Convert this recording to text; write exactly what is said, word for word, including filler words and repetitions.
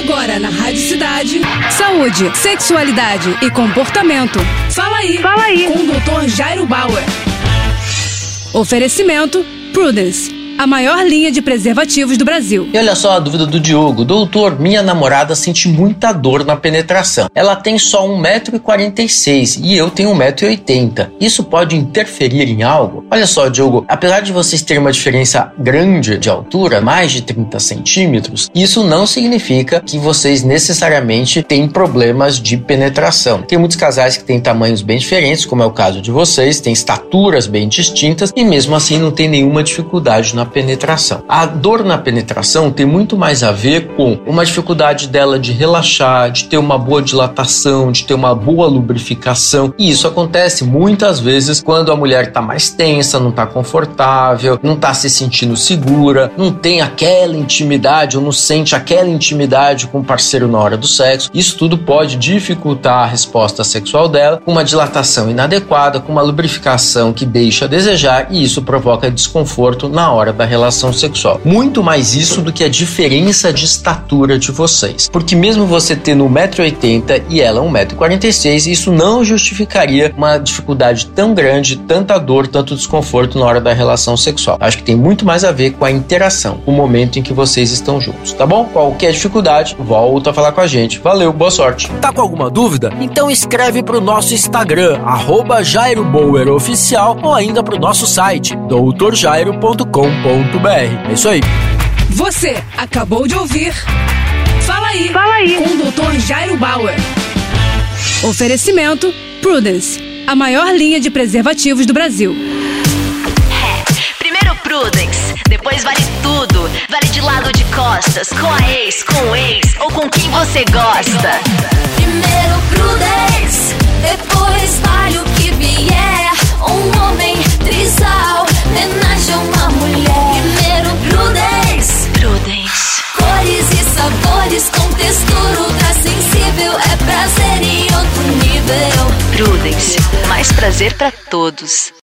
Agora na Rádio Cidade, saúde, sexualidade e comportamento. Fala aí, fala aí, com o doutor Jairo Bauer. Oferecimento Prudence, a maior linha de preservativos do Brasil. E olha só a dúvida do Diogo. Doutor, minha namorada sente muita dor na penetração. Ela tem só um metro e quarenta e seis e eu tenho um metro e oitenta. Isso pode interferir em algo? Olha só, Diogo, apesar de vocês terem uma diferença grande de altura, mais de trinta centímetros, isso não significa que vocês necessariamente têm problemas de penetração. Tem muitos casais que têm tamanhos bem diferentes, como é o caso de vocês, têm estaturas bem distintas e mesmo assim não tem nenhuma dificuldade na penetração. A dor na penetração tem muito mais a ver com uma dificuldade dela de relaxar, de ter uma boa dilatação, de ter uma boa lubrificação, e isso acontece muitas vezes quando a mulher está mais tensa, não está confortável, não está se sentindo segura, não tem aquela intimidade ou não sente aquela intimidade com o parceiro na hora do sexo. Isso tudo pode dificultar a resposta sexual dela, com uma dilatação inadequada, com uma lubrificação que deixa a desejar, e isso provoca desconforto na hora da relação sexual. Muito mais isso do que a diferença de estatura de vocês. Porque mesmo você tendo um metro e oitenta e ela um metro e quarenta e seis, isso não justificaria uma dificuldade tão grande, tanta dor, tanto desconforto na hora da relação sexual. Acho que tem muito mais a ver com a interação, o momento em que vocês estão juntos, tá bom? Qualquer dificuldade, volta a falar com a gente. Valeu, boa sorte. Tá com alguma dúvida? Então escreve pro nosso Instagram, arroba Jairo Bauer Oficial, ou ainda pro nosso site, doutor jairo ponto com ponto br. É isso aí. Você acabou de ouvir Fala aí, Fala aí, com o doutor Jairo Bauer. Oferecimento Prudence, a maior linha de preservativos do Brasil. É, primeiro Prudence, depois vale tudo. Vale de lado ou de costas, com a ex, com o ex ou com quem você gosta. Primeiro Prudence, depois vale o que vier. Um homem trisal, homenagem a uma mulher. Primeiro Prudence, Prudence. Cores e sabores com textura ultra sensível. É prazer em outro nível. Prudence, mais prazer pra todos.